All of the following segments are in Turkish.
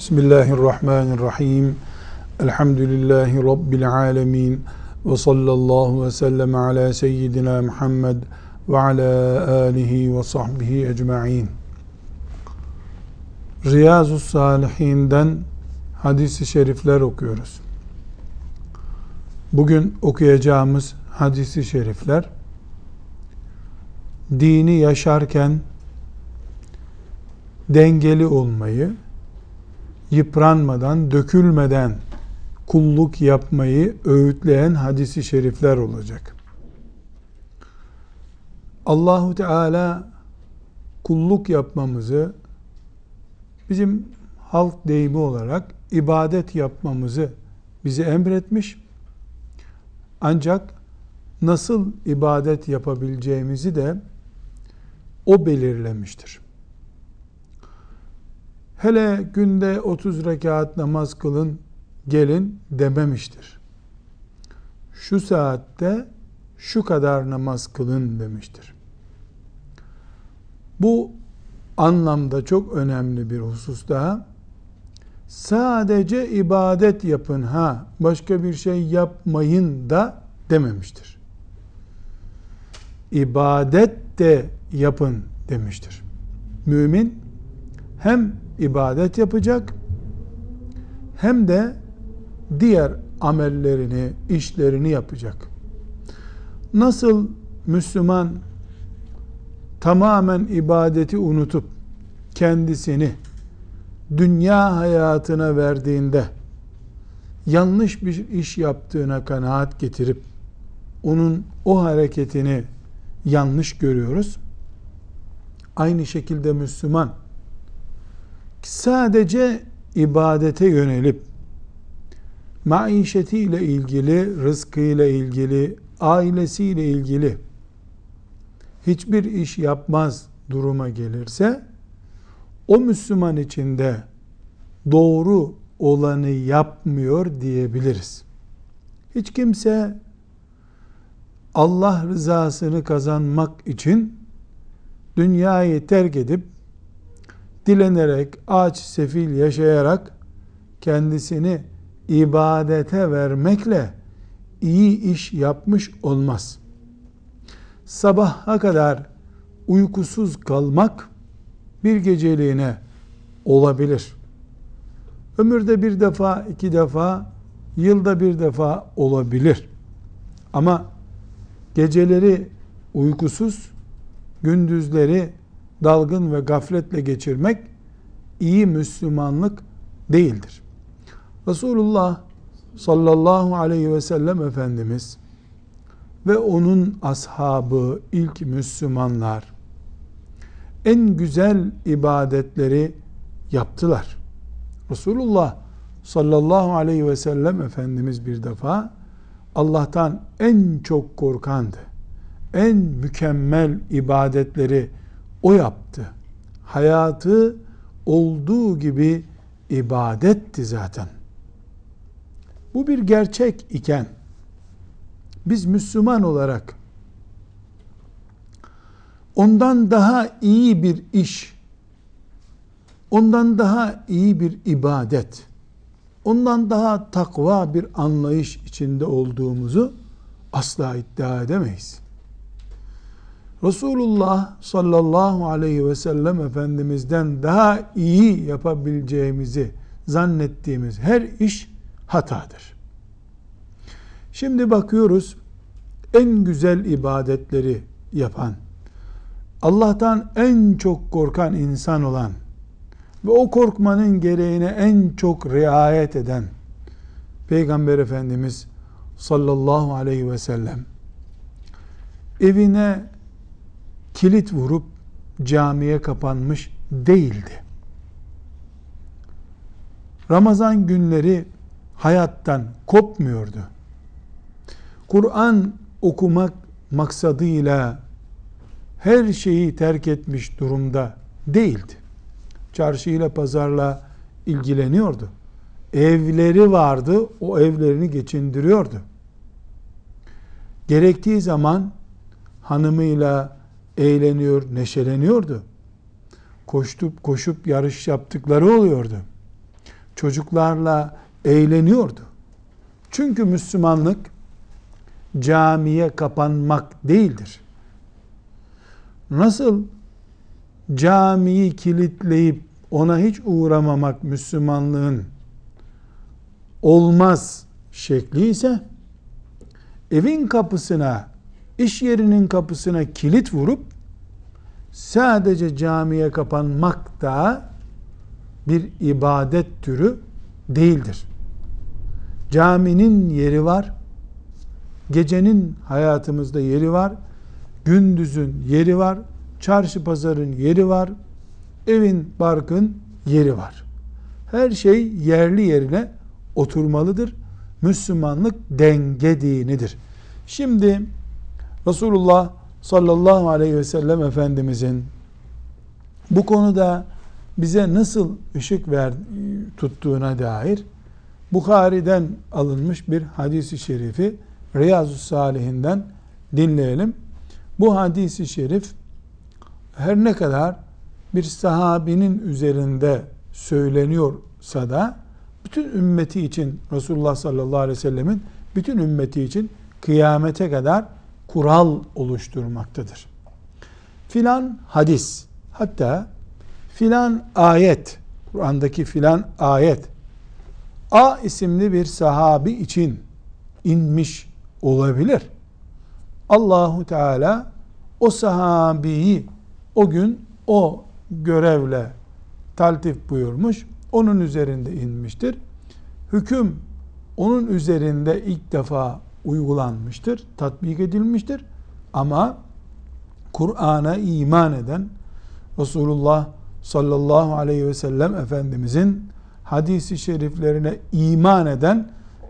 Bismillahirrahmanirrahim. Elhamdülillahi Rabbil alemin. Ve sallallahu ve sellem ala seyyidina Muhammed ve ala alihi ve sahbihi ecma'in. Riyazu Salihinden hadis-i şerifler okuyoruz. Bugün okuyacağımız hadis-i şerifler, dini yaşarken dengeli olmayı, yıpranmadan, dökülmeden kulluk yapmayı öğütleyen hadis-i şerifler olacak. Allahu Teala kulluk yapmamızı, bizim halk deyimi olarak ibadet yapmamızı bize emretmiş. Ancak nasıl ibadet yapabileceğimizi de o belirlemiştir. Hele günde 30 rekat namaz kılın, gelin dememiştir. Şu saatte şu kadar namaz kılın demiştir. Bu anlamda çok önemli bir husus daha. Sadece ibadet yapın, başka bir şey yapmayın da dememiştir. İbadet de yapın demiştir. Mümin hem ibadet yapacak hem de diğer amellerini, işlerini yapacak. Nasıl Müslüman tamamen ibadeti unutup kendisini dünya hayatına verdiğinde yanlış bir iş yaptığına kanaat getirip onun o hareketini yanlış görüyoruz. Aynı şekilde Müslüman sadece ibadete yönelip maişetiyle ilgili, rızkıyla ilgili, ailesiyle ilgili hiçbir iş yapmaz duruma gelirse, o Müslüman için de doğru olanı yapmıyor diyebiliriz. Hiç kimse Allah rızasını kazanmak için dünyayı terk edip dilenerek, aç, sefil yaşayarak kendisini ibadete vermekle iyi iş yapmış olmaz. Sabaha kadar uykusuz kalmak bir geceliğine olabilir. Ömürde bir defa, iki defa, yılda bir defa olabilir. Ama geceleri uykusuz, gündüzleri dalgın ve gafletle geçirmek iyi Müslümanlık değildir. Resulullah sallallahu aleyhi ve sellem Efendimiz ve onun ashabı, ilk Müslümanlar en güzel ibadetleri yaptılar. Resulullah sallallahu aleyhi ve sellem Efendimiz bir defa Allah'tan en çok korkandı. En mükemmel ibadetleri o yaptı. Hayatı olduğu gibi ibadetti zaten. Bu bir gerçek iken biz Müslüman olarak ondan daha iyi bir iş, ondan daha iyi bir ibadet, ondan daha takva bir anlayış içinde olduğumuzu asla iddia edemeyiz. Resulullah sallallahu aleyhi ve sellem Efendimiz'den daha iyi yapabileceğimizi zannettiğimiz her iş hatadır. Şimdi bakıyoruz, en güzel ibadetleri yapan, Allah'tan en çok korkan insan olan ve o korkmanın gereğine en çok riayet eden Peygamber Efendimiz sallallahu aleyhi ve sellem evine kilit vurup camiye kapanmış değildi. Ramazan günleri hayattan kopmuyordu. Kur'an okumak maksadıyla her şeyi terk etmiş durumda değildi. Çarşıyla, pazarla ilgileniyordu. Evleri vardı, o evlerini geçindiriyordu. Gerektiği zaman hanımıyla eğleniyor, neşeleniyordu. Koşup yarış yaptıkları oluyordu. çocuklarla eğleniyordu. Çünkü Müslümanlık camiye kapanmak değildir. Nasıl camiyi kilitleyip ona hiç uğramamak Müslümanlığın olmaz şekli ise, evin kapısına, iş yerinin kapısına kilit vurup sadece camiye kapanmak da bir ibadet türü değildir. Caminin yeri var, gecenin hayatımızda yeri var, gündüzün yeri var, çarşı pazarın yeri var, evin barkın yeri var. Her şey yerli yerine oturmalıdır. Müslümanlık denge dinidir. Şimdi Resulullah sallallahu aleyhi ve sellem Efendimizin bu konuda bize nasıl ışık tuttuğuna dair Bukhari'den alınmış bir hadis-i şerifi Riyazu Salihinden dinleyelim. Bu hadis-i şerif her ne kadar bir sahabinin üzerinde söyleniyorsa da bütün ümmeti için, Resulullah sallallahu aleyhi ve sellemin bütün ümmeti için kıyamete kadar kural oluşturmaktadır. Filan hadis, hatta filan ayet, Kur'an'daki filan ayet A isimli bir sahabi için inmiş olabilir. Allahu Teala o sahabiyi o gün o görevle taltif buyurmuş, onun üzerinde inmiştir. Hüküm onun üzerinde ilk defa uygulanmıştır, tatbik edilmiştir. Ama Kur'an'a iman eden, Resulullah sallallahu aleyhi ve sellem Efendimizin hadisi şeriflerine iman eden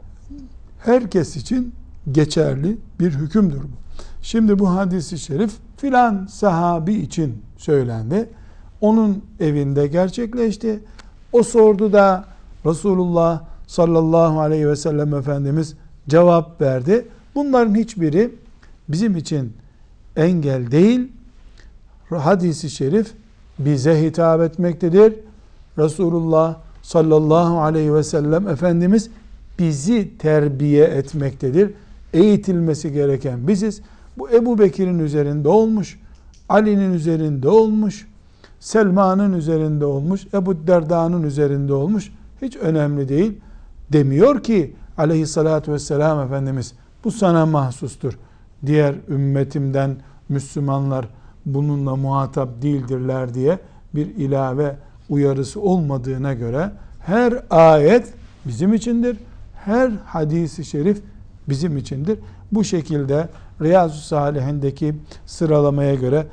herkes için geçerli bir hükümdür bu. Şimdi bu hadisi şerif filan sahabi için söylendi. Onun evinde gerçekleşti. O sordu da Resulullah sallallahu aleyhi ve sellem Efendimiz cevap verdi. Bunların hiçbiri bizim için engel değil. Hadis-i şerif bize hitap etmektedir. Resulullah sallallahu aleyhi ve sellem Efendimiz bizi terbiye etmektedir. Eğitilmesi gereken biziz. Bu Ebu Bekir'in üzerinde olmuş, Ali'nin üzerinde olmuş, Selman'ın üzerinde olmuş, Ebu Derda'nın üzerinde olmuş. Hiç önemli değil. Demiyor ki aleyhissalatü vesselam Efendimiz bu sana mahsustur. Diğer ümmetimden Müslümanlar bununla muhatap değildirler diye bir ilave uyarısı olmadığına göre her ayet bizim içindir. Her hadisi şerif bizim içindir. Bu şekilde Riyazu Salihindeki sıralamaya göre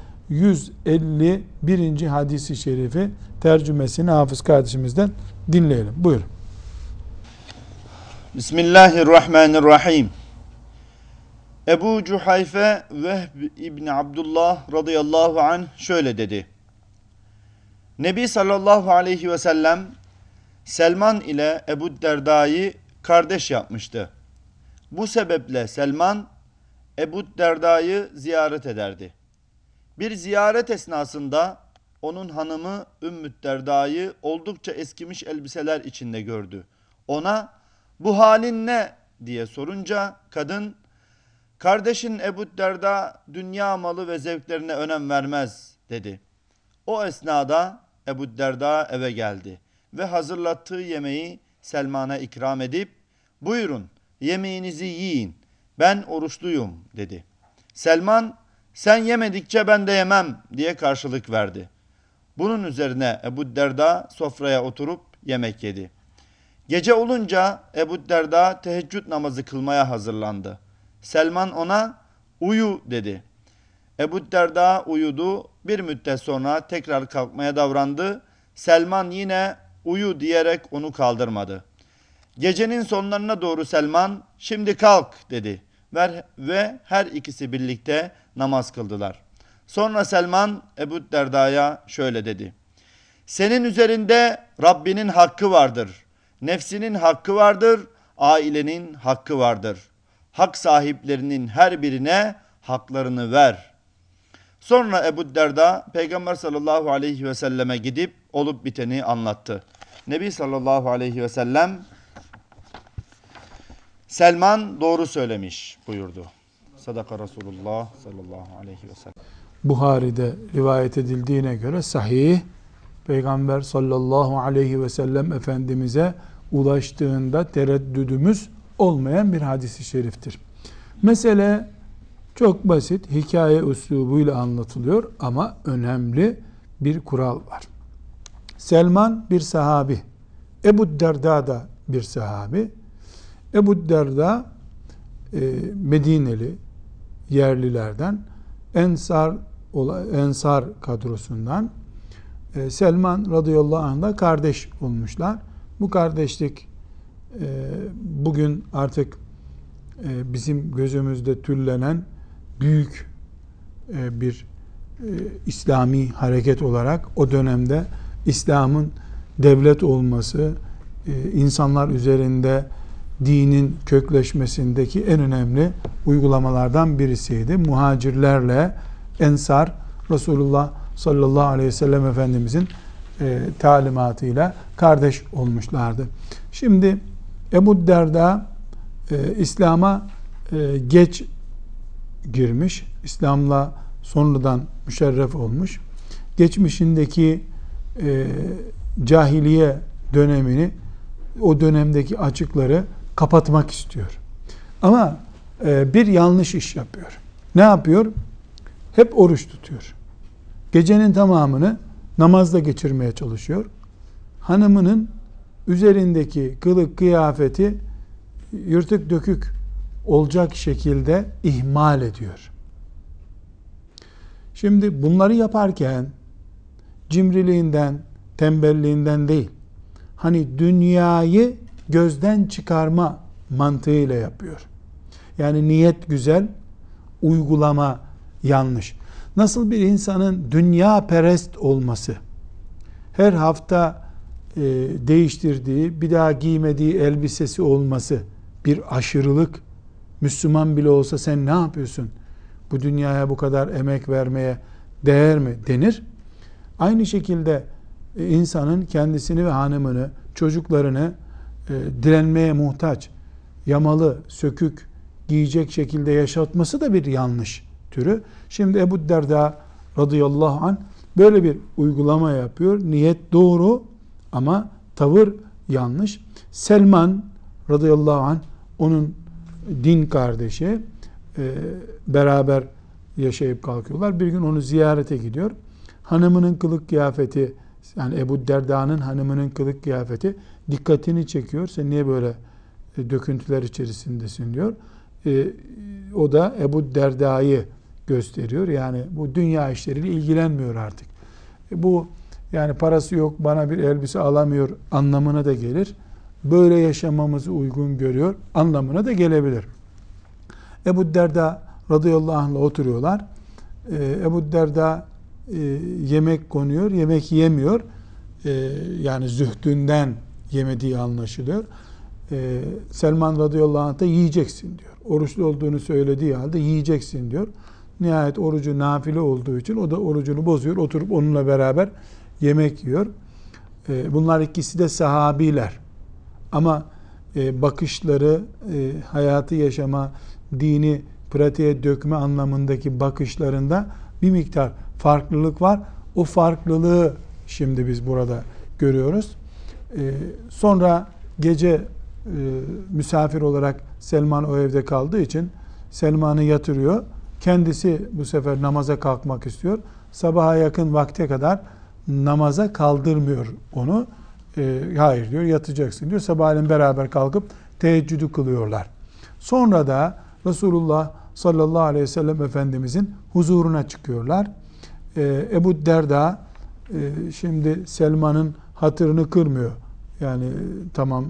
151. hadisi şerifi tercümesini Hafız kardeşimizden dinleyelim. Buyurun. Bismillahirrahmanirrahim. Ebu Cuhayfe Vehb İbni Abdullah radıyallahu anh şöyle dedi. Nebi sallallahu aleyhi ve sellem Selman ile Ebu Derda'yı kardeş yapmıştı. Bu sebeple Selman Ebu Derda'yı ziyaret ederdi. Bir ziyaret esnasında onun hanımı Ümmü Derda'yı oldukça eskimiş elbiseler içinde gördü. Ona bu halin ne diye sorunca kadın, kardeşin Ebu Derda dünya malı ve zevklerine önem vermez dedi. O esnada Ebu Derda eve geldi ve hazırlattığı yemeği Selman'a ikram edip buyurun yemeğinizi yiyin, ben oruçluyum dedi. Selman sen yemedikçe ben de yemem diye karşılık verdi. Bunun üzerine Ebu Derda sofraya oturup yemek yedi. Gece olunca Ebu Derda teheccüd namazı kılmaya hazırlandı. Selman ona uyu dedi. Ebu Derda uyudu. Bir müddet sonra tekrar kalkmaya davrandı. Selman yine uyu diyerek onu kaldırmadı. Gecenin sonlarına doğru Selman şimdi kalk dedi ve her ikisi birlikte namaz kıldılar. Sonra Selman Ebu Derda'ya şöyle dedi. Senin üzerinde Rabbinin hakkı vardır. Nefsinin hakkı vardır. Ailenin hakkı vardır. Hak sahiplerinin her birine haklarını ver. Sonra Ebu Derda Peygamber sallallahu aleyhi ve selleme gidip olup biteni anlattı. Nebi sallallahu aleyhi ve sellem Selman doğru söylemiş buyurdu. Sadaka Resulullah sallallahu aleyhi ve sellem. Buhari'de rivayet edildiğine göre sahih, Peygamber sallallahu aleyhi ve sellem Efendimiz'e ulaştığında tereddüdümüz olmayan bir hadis-i şeriftir. Mesele çok basit, hikaye üslubuyla anlatılıyor ama önemli bir kural var. Selman bir sahabi, Ebu Derda da bir sahabi. Ebu Derda Medineli yerlilerden, Ensar kadrosundan. Selman radıyallahu anh da kardeş olmuşlar. Bu kardeşlik bugün artık bizim gözümüzde tüllenen büyük bir İslami hareket olarak o dönemde İslam'ın devlet olması, insanlar üzerinde dinin kökleşmesindeki en önemli uygulamalardan birisiydi. Muhacirlerle Ensar, Resulullah sallallahu aleyhi ve sellem Efendimizin talimatıyla kardeş olmuşlardı. Şimdi Ebu Derda İslam'a geç girmiş, İslam'la sonradan müşerref olmuş. Geçmişindeki cahiliye dönemini, o dönemdeki açıkları kapatmak istiyor. Ama bir yanlış iş yapıyor. Ne yapıyor? Hep oruç tutuyor. Gecenin tamamını namazda geçirmeye çalışıyor. Hanımının üzerindeki kılık kıyafeti yırtık dökük olacak şekilde ihmal ediyor. Şimdi bunları yaparken cimriliğinden, tembelliğinden değil, hani dünyayı gözden çıkarma mantığıyla yapıyor. Yani niyet güzel, uygulama yanlış. Nasıl bir insanın dünya perest olması, her hafta değiştirdiği, bir daha giymediği elbisesi olması bir aşırılık, Müslüman bile olsa sen ne yapıyorsun? Bu dünyaya bu kadar emek vermeye değer mi denir. Aynı şekilde insanın kendisini ve hanımını, çocuklarını direnmeye muhtaç, yamalı, sökük giyecek şekilde yaşatması da bir yanlış türü. Şimdi Ebu Derda radıyallahu anh böyle bir uygulama yapıyor. Niyet doğru ama tavır yanlış. Selman radıyallahu anh onun din kardeşi, beraber yaşayıp kalkıyorlar. Bir gün onu ziyarete gidiyor. Hanımının kılık kıyafeti, yani Ebu Derda'nın hanımının kılık kıyafeti dikkatini çekiyor. Sen niye böyle döküntüler içerisindesin diyor. O da Ebu Derda'yı gösteriyor. Yani bu dünya işleriyle ilgilenmiyor artık. Bu yani parası yok, bana bir elbise alamıyor anlamına da gelir. Böyle yaşamamızı uygun görüyor anlamına da gelebilir. Ebu Derda radıyallahu anh'la oturuyorlar. Ebu Derda yemek konuyor, yemek yemiyor. Yani zühdünden yemediği anlaşılıyor. Selman radıyallahu anh da yiyeceksin diyor. Oruçlu olduğunu söylediği halde yiyeceksin diyor. Nihayet orucu nafile olduğu için o da orucunu bozuyor. Oturup onunla beraber yemek yiyor. Bunlar ikisi de sahabiler. Ama bakışları, hayatı yaşama, dini pratiğe dökme anlamındaki bakışlarında bir miktar farklılık var. O farklılığı şimdi biz burada görüyoruz. Sonra gece misafir olarak Selman o evde kaldığı için Selman'ı yatırıyor. Kendisi bu sefer namaza kalkmak istiyor. Sabaha yakın vakte kadar namaza kaldırmıyor onu. Hayır diyor, yatacaksın diyor. Sabahleyin beraber kalkıp teheccüdü kılıyorlar. Sonra da Resulullah sallallahu aleyhi ve sellem Efendimizin huzuruna çıkıyorlar. Ebu Derda şimdi Selman'ın hatırını kırmıyor. Yani tamam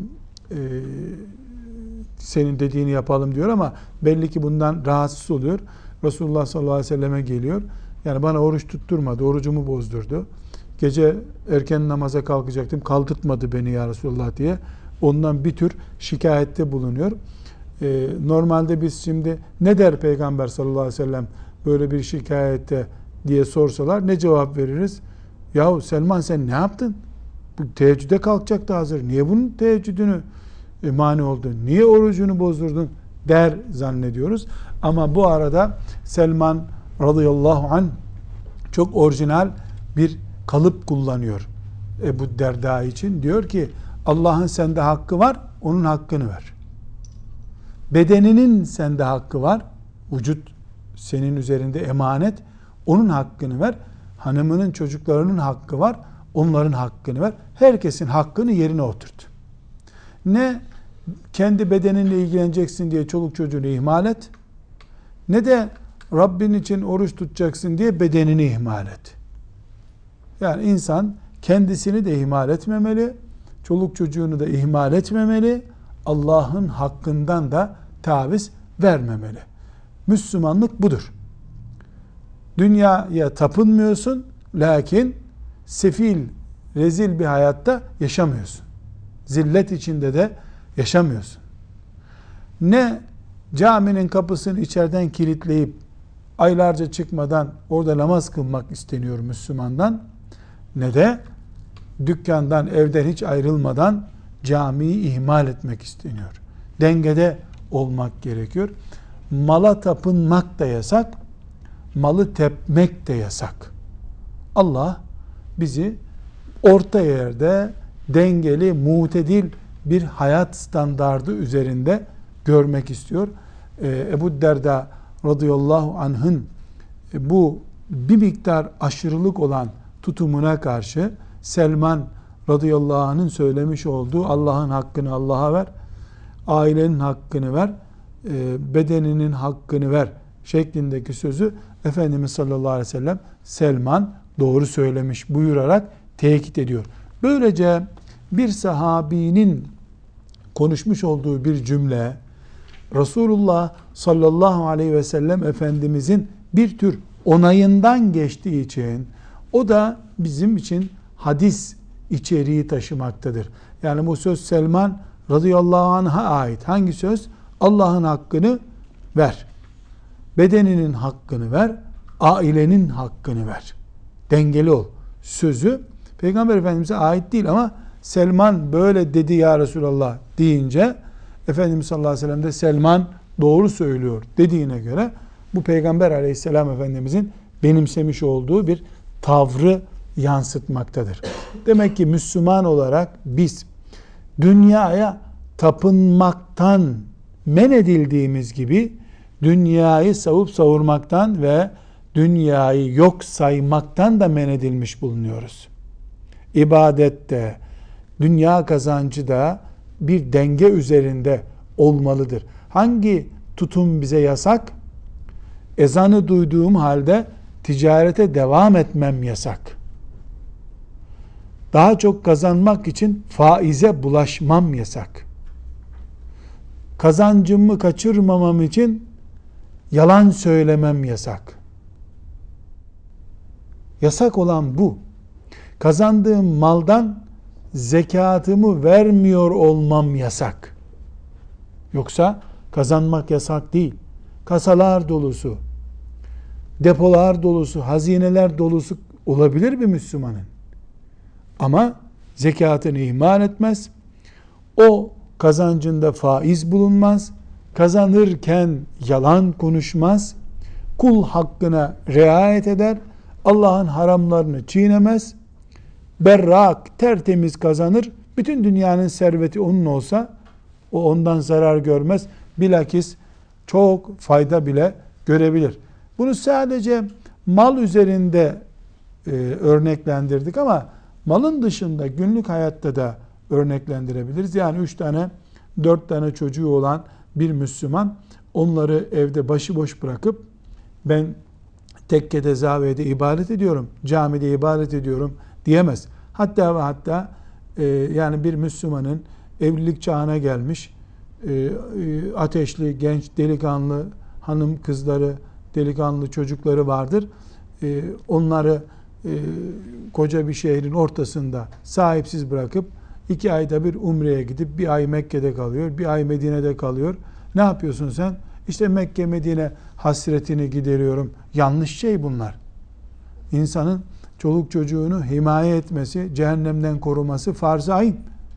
senin dediğini yapalım diyor ama belli ki bundan rahatsız oluyor. Resulullah sallallahu aleyhi ve selleme geliyor. Yani bana oruç tutturmadı, orucumu bozdurdu. Gece erken namaza kalkacaktım, kaldırtmadı beni ya Resulullah diye. Ondan bir tür şikayette bulunuyor. Normalde biz şimdi ne der Peygamber sallallahu aleyhi ve sellem böyle bir şikayette diye sorsalar ne cevap veririz? Yahu Selman sen ne yaptın? Bu teheccüde kalkacaktı hazır. Niye bunun teheccüdünü mani oldun? Niye orucunu bozdurdun? Der zannediyoruz. Ama bu arada Selman radıyallahu anh çok orijinal bir kalıp kullanıyor Ebu Derda için. Diyor ki Allah'ın sende hakkı var, onun hakkını ver. Bedeninin sende hakkı var. Vücut senin üzerinde emanet. Onun hakkını ver. Hanımının, çocuklarının hakkı var. Onların hakkını ver. Herkesin hakkını yerine oturt. Ne kendi bedeninle ilgileneceksin diye çoluk çocuğunu ihmal et, ne de Rabbin için oruç tutacaksın diye bedenini ihmal et. Yani insan kendisini de ihmal etmemeli, çoluk çocuğunu da ihmal etmemeli, Allah'ın hakkından da taviz vermemeli. Müslümanlık budur. Dünyaya tapınmıyorsun, lakin sefil, rezil bir hayatta yaşamıyorsun. Zillet içinde de yaşamıyorsun. Ne caminin kapısını içeriden kilitleyip aylarca çıkmadan orada namaz kılmak isteniyor Müslümandan, ne de dükkandan, evden hiç ayrılmadan camiyi ihmal etmek isteniyor. Dengede olmak gerekiyor. Mala tapınmak da yasak, malı tepmek de yasak. Allah bizi orta yerde dengeli, mutedil bir hayat standardı üzerinde görmek istiyor. Ebu Derda radıyallahu anh'ın bu bir miktar aşırılık olan tutumuna karşı Selman radıyallahu anh'ın söylemiş olduğu Allah'ın hakkını Allah'a ver, ailenin hakkını ver, bedeninin hakkını ver şeklindeki sözü Efendimiz sallallahu aleyhi ve sellem Selman doğru söylemiş buyurarak tekit ediyor. Böylece bir sahabinin konuşmuş olduğu bir cümle Resulullah sallallahu aleyhi ve sellem Efendimizin bir tür onayından geçtiği için o da bizim için hadis içeriği taşımaktadır. Yani bu söz Selman radıyallahu anh'a ait. Hangi söz? Allah'ın hakkını ver. Bedeninin hakkını ver. Ailenin hakkını ver. Dengeli ol. Sözü Peygamber Efendimiz'e ait değil ama Selman böyle dedi ya Resulallah deyince Efendimiz sallallahu aleyhi ve sellem de Selman doğru söylüyor dediğine göre bu Peygamber aleyhisselam Efendimizin benimsemiş olduğu bir tavrı yansıtmaktadır. Demek ki Müslüman olarak biz dünyaya tapınmaktan men edildiğimiz gibi dünyayı savup savurmaktan ve dünyayı yok saymaktan da men edilmiş bulunuyoruz. İbadette, dünya kazancı da bir denge üzerinde olmalıdır. Hangi tutum bize yasak? Ezanı duyduğum halde ticarete devam etmem yasak. Daha çok kazanmak için faize bulaşmam yasak. Kazancımı kaçırmamam için yalan söylemem yasak. Yasak olan bu. Kazandığım maldan zekatımı vermiyor olmam yasak. Yoksa kazanmak yasak değil. Kasalar dolusu, depolar dolusu, hazineler dolusu olabilir bir Müslümanın. Ama zekatını ihmal etmez. O kazancında faiz bulunmaz. Kazanırken yalan konuşmaz. Kul hakkına riayet eder. Allah'ın haramlarını çiğnemez. Berrak, tertemiz kazanır. Bütün dünyanın serveti onun olsa o ondan zarar görmez. Bilakis çok fayda bile görebilir. Bunu sadece mal üzerinde örneklendirdik ama malın dışında günlük hayatta da örneklendirebiliriz. Yani 3 tane 4 tane çocuğu olan bir Müslüman onları evde başıboş bırakıp ben tekkede zaviyede ibadet ediyorum, camide ibadet ediyorum diyemez. Hatta ve hatta yani bir Müslümanın evlilik çağına gelmiş ateşli, genç, delikanlı hanım kızları, delikanlı çocukları vardır. Onları koca bir şehrin ortasında sahipsiz bırakıp 2 ayda bir umreye gidip 1 ay Mekke'de kalıyor, 1 ay Medine'de kalıyor. Ne yapıyorsun sen? İşte Mekke, Medine hasretini gideriyorum. Yanlış şey bunlar. İnsanın çoluk çocuğunu himaye etmesi, cehennemden koruması farz-ı ayn.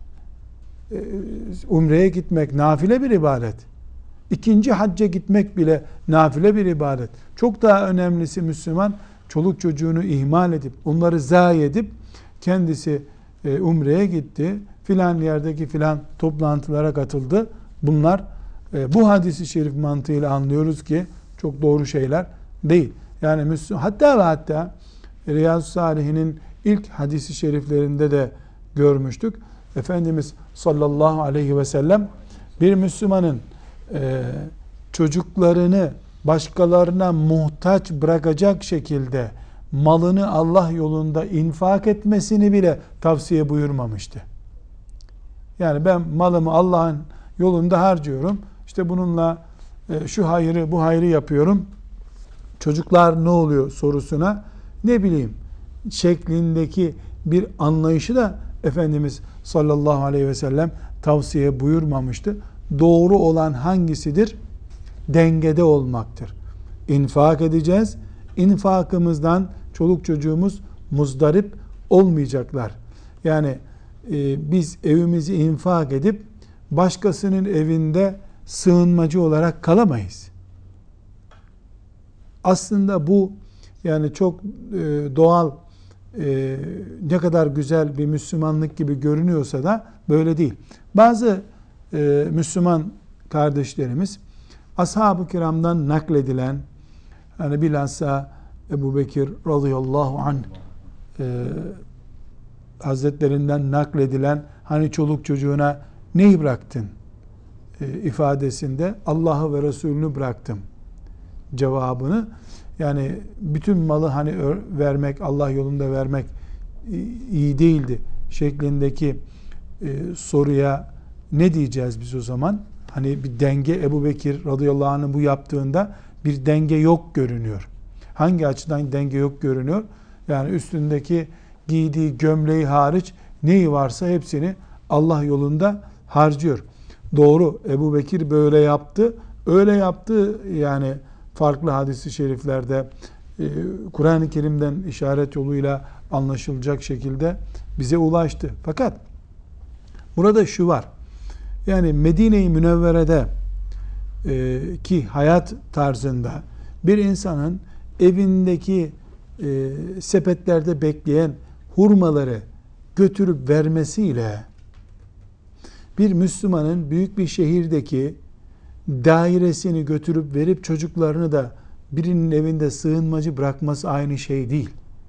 Umreye gitmek nafile bir ibadet. İkinci hacca gitmek bile nafile bir ibadet. Çok daha önemlisi Müslüman çoluk çocuğunu ihmal edip, onları zayi edip kendisi umreye gitti, filan yerdeki filan toplantılara katıldı. Bunlar bu hadisi şerif mantığıyla anlıyoruz ki çok doğru şeyler değil. Yani Müslüman, hatta ve hatta Riyazu Salihin'in ilk hadisi şeriflerinde de görmüştük. Efendimiz sallallahu aleyhi ve sellem bir Müslümanın çocuklarını başkalarına muhtaç bırakacak şekilde malını Allah yolunda infak etmesini bile tavsiye buyurmamıştı. Yani ben malımı Allah'ın yolunda harcıyorum. İşte bununla şu hayrı, bu hayrı yapıyorum. Çocuklar ne oluyor sorusuna ne bileyim şeklindeki bir anlayışı da Efendimiz sallallahu aleyhi ve sellem tavsiye buyurmamıştı. Doğru olan hangisidir? Dengede olmaktır. İnfak edeceğiz. İnfakımızdan çoluk çocuğumuz muzdarip olmayacaklar. Yani biz evimizi infak edip başkasının evinde sığınmacı olarak kalamayız. Aslında bu yani çok doğal, ne kadar güzel bir Müslümanlık gibi görünüyorsa da böyle değil. Bazı Müslüman kardeşlerimiz ashab-ı kiramdan nakledilen, hani bilhassa Ebu Bekir radıyallahu anh hazretlerinden nakledilen, hani çoluk çocuğuna neyi bıraktın ifadesinde Allah'ı ve Resulünü bıraktım cevabını, yani bütün malı hani vermek, Allah yolunda vermek iyi değildi şeklindeki soruya ne diyeceğiz biz o zaman? Hani bir denge, Ebu Bekir radıyallahu anh'ın bu yaptığında bir denge yok görünüyor. Hangi açıdan denge yok görünüyor? Yani üstündeki giydiği gömleği hariç neyi varsa hepsini Allah yolunda harcıyor. Doğru, Ebu Bekir böyle yaptı. Öyle yaptı yani farklı hadis-i şeriflerde Kur'an-ı Kerim'den işaret yoluyla anlaşılacak şekilde bize ulaştı. Fakat burada şu var. Yani Medine-i Münevvere'de ki hayat tarzında bir insanın evindeki sepetlerde bekleyen hurmaları götürüp vermesiyle bir Müslümanın büyük bir şehirdeki dairesini götürüp verip çocuklarını da birinin evinde sığınmacı bırakması aynı şey değil.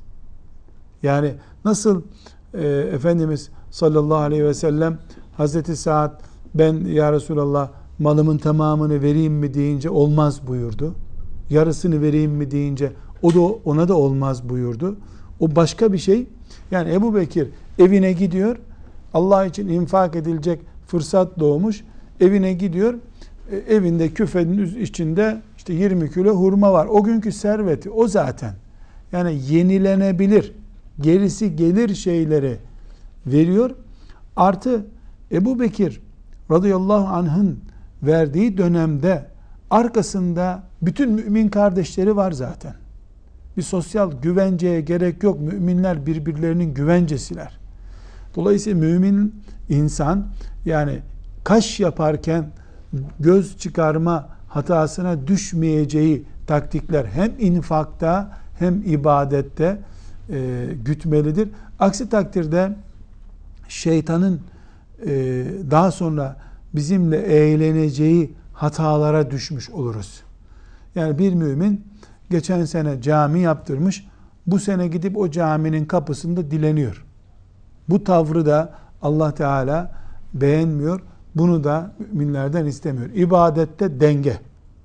Yani nasıl Efendimiz sallallahu aleyhi ve sellem Hazreti Sa'd ben ya Resulallah malımın tamamını vereyim mi deyince olmaz buyurdu. Yarısını vereyim mi deyince ona da olmaz buyurdu. O başka bir şey. Yani Ebu Bekir evine gidiyor. Allah için infak edilecek fırsat doğmuş. Evine gidiyor. Evinde küfenin içinde işte 20 kilo hurma var. O günkü serveti o zaten. Yani yenilenebilir, gerisi gelir şeyleri veriyor. Artı Ebu Bekir radıyallahu anh'ın verdiği dönemde arkasında bütün mümin kardeşleri var zaten. Bir sosyal güvenceye gerek yok. Müminler birbirlerinin güvencesiler. Dolayısıyla mümin insan yani kaş yaparken göz çıkarma hatasına düşmeyeceği taktikler hem infakta hem ibadette gütmelidir. Aksi takdirde şeytanın daha sonra bizimle eğleneceği hatalara düşmüş oluruz. Yani bir mümin geçen sene cami yaptırmış, bu sene gidip o caminin kapısında dileniyor. Bu tavrı da Allah Teala beğenmiyor. Bunu da müminlerden istemiyor. İbadette denge,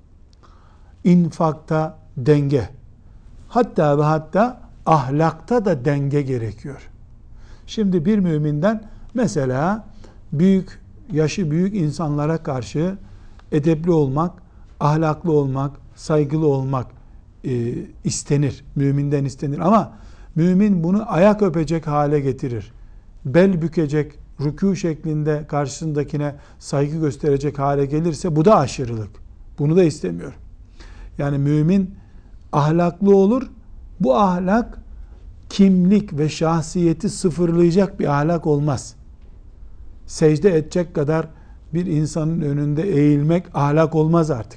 infakta denge, hatta ve hatta ahlakta da denge gerekiyor. Şimdi bir müminden mesela yaşı büyük insanlara karşı edepli olmak, ahlaklı olmak, saygılı olmak istenir. Müminden istenir. Ama mümin bunu ayak öpecek hale getirir. Bel bükecek, rükû şeklinde karşısındakine saygı gösterecek hale gelirse bu da aşırılık. Bunu da istemiyor. Yani mümin ahlaklı olur. Bu ahlak kimlik ve şahsiyeti sıfırlayacak bir ahlak olmaz. Secde edecek kadar bir insanın önünde eğilmek ahlak olmaz artık.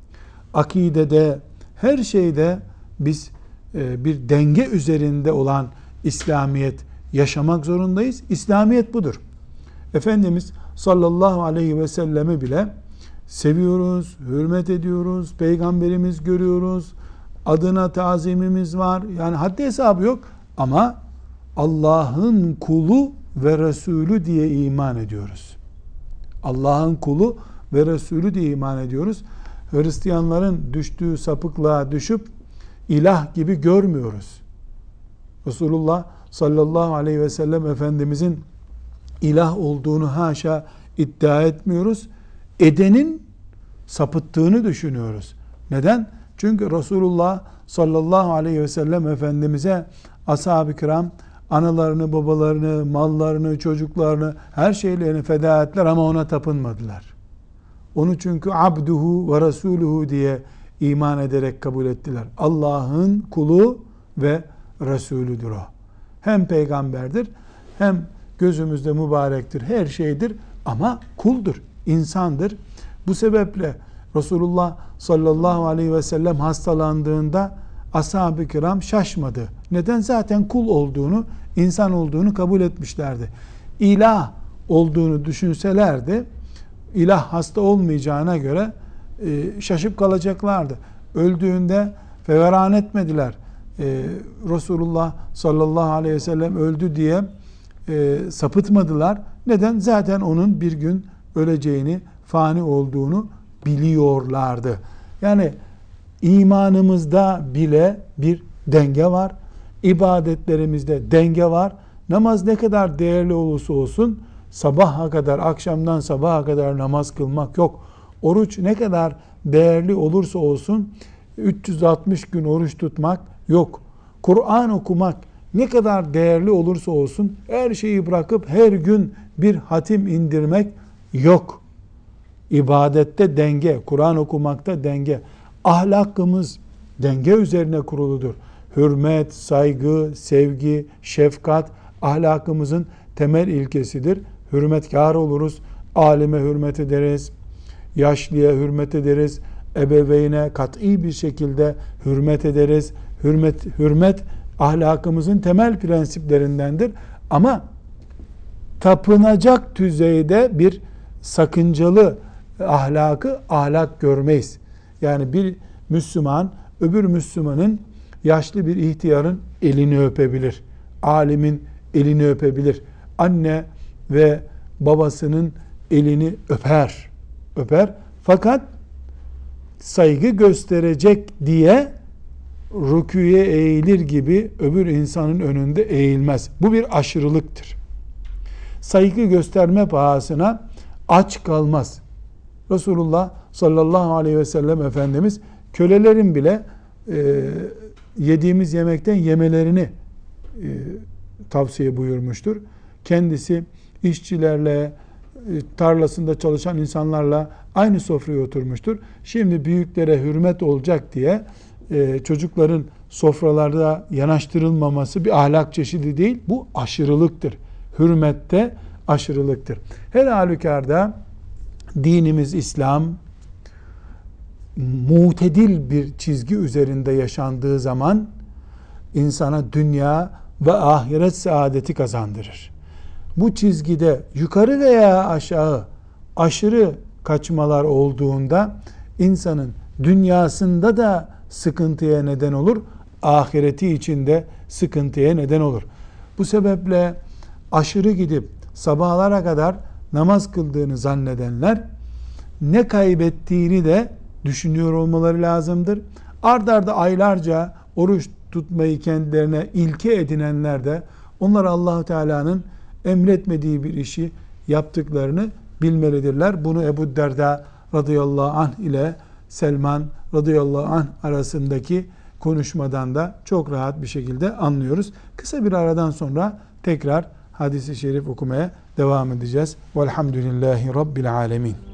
Akidede, her şeyde biz bir denge üzerinde olan İslamiyet yaşamak zorundayız. İslamiyet budur. Efendimiz sallallahu aleyhi ve sellemi bile seviyoruz, hürmet ediyoruz, peygamberimiz görüyoruz, adına tazimimiz var. Yani haddi hesabı yok ama Allah'ın kulu ve Resulü diye iman ediyoruz. Allah'ın kulu ve Resulü diye iman ediyoruz. Hristiyanların düştüğü sapıklığa düşüp ilah gibi görmüyoruz. Resulullah sallallahu aleyhi ve sellem Efendimizin ilah olduğunu haşa iddia etmiyoruz. Edenin sapıttığını düşünüyoruz. Neden? Çünkü Resulullah sallallahu aleyhi ve sellem Efendimiz'e ashab-ı kiram analarını, babalarını, mallarını, çocuklarını, her şeylerini feda ettiler ama ona tapınmadılar. Onu çünkü abduhu ve resuluhu diye iman ederek kabul ettiler. Allah'ın kulu ve Resulüdür o. Hem peygamberdir, hem gözümüzde mübarektir, her şeydir ama kuldur, insandır. Bu sebeple Resulullah sallallahu aleyhi ve sellem hastalandığında ashab-ı kiram şaşmadı. Neden? Zaten kul olduğunu, insan olduğunu kabul etmişlerdi. İlah olduğunu düşünselerdi, ilah hasta olmayacağına göre şaşıp kalacaklardı. Öldüğünde feveran etmediler. Resulullah sallallahu aleyhi ve sellem öldü diye sapıtmadılar. Neden? Zaten onun bir gün öleceğini, fani olduğunu biliyorlardı. Yani imanımızda bile bir denge var. İbadetlerimizde denge var. Namaz ne kadar değerli olursa olsun sabaha kadar, akşamdan sabaha kadar namaz kılmak yok. Oruç ne kadar değerli olursa olsun 360 gün oruç tutmak yok. Kur'an okumak ne kadar değerli olursa olsun her şeyi bırakıp her gün bir hatim indirmek yok. İbadette denge, Kur'an okumakta denge. Ahlakımız denge üzerine kuruludur. Hürmet, saygı, sevgi, şefkat ahlakımızın temel ilkesidir. Hürmetkar oluruz, alime hürmet ederiz, yaşlıya hürmet ederiz, ebeveyne kat'i bir şekilde hürmet ederiz. Hürmet ahlakımızın temel prensiplerindendir. Ama tapınacak düzeyde bir sakıncalı ahlakı ahlak görmeyiz. Yani bir Müslüman öbür Müslümanın, yaşlı bir ihtiyarın elini öpebilir. Alimin elini öpebilir. Anne ve babasının elini öper. Fakat saygı gösterecek diye rükûye eğilir gibi öbür insanın önünde eğilmez. Bu bir aşırılıktır. Saygı gösterme pahasına aç kalmaz. Resulullah sallallahu aleyhi ve sellem Efendimiz kölelerin bile yediğimiz yemekten yemelerini tavsiye buyurmuştur. Kendisi işçilerle, tarlasında çalışan insanlarla aynı sofraya oturmuştur. Şimdi büyüklere hürmet olacak diye çocukların sofralarda yanaştırılmaması bir ahlak çeşidi değil, bu aşırılıktır. Hürmette aşırılıktır. Her halükarda dinimiz İslam mutedil bir çizgi üzerinde yaşandığı zaman insana dünya ve ahiret saadeti kazandırır. Bu çizgide yukarı veya aşağı aşırı kaçmalar olduğunda insanın dünyasında da sıkıntıya neden olur, ahireti içinde sıkıntıya neden olur. Bu sebeple aşırı gidip sabahlara kadar namaz kıldığını zannedenler ne kaybettiğini de düşünüyor olmaları lazımdır. Ard arda aylarca oruç tutmayı kendilerine ilke edinenler de onlar Allah-u Teala'nın emretmediği bir işi yaptıklarını bilmelidirler. Bunu Ebu Derda radıyallahu anh ile Selman radıyallahu anh arasındaki konuşmadan da çok rahat bir şekilde anlıyoruz. Kısa bir aradan sonra tekrar hadis-i şerif okumaya devam edeceğiz. Velhamdülillahi Rabbil alemin.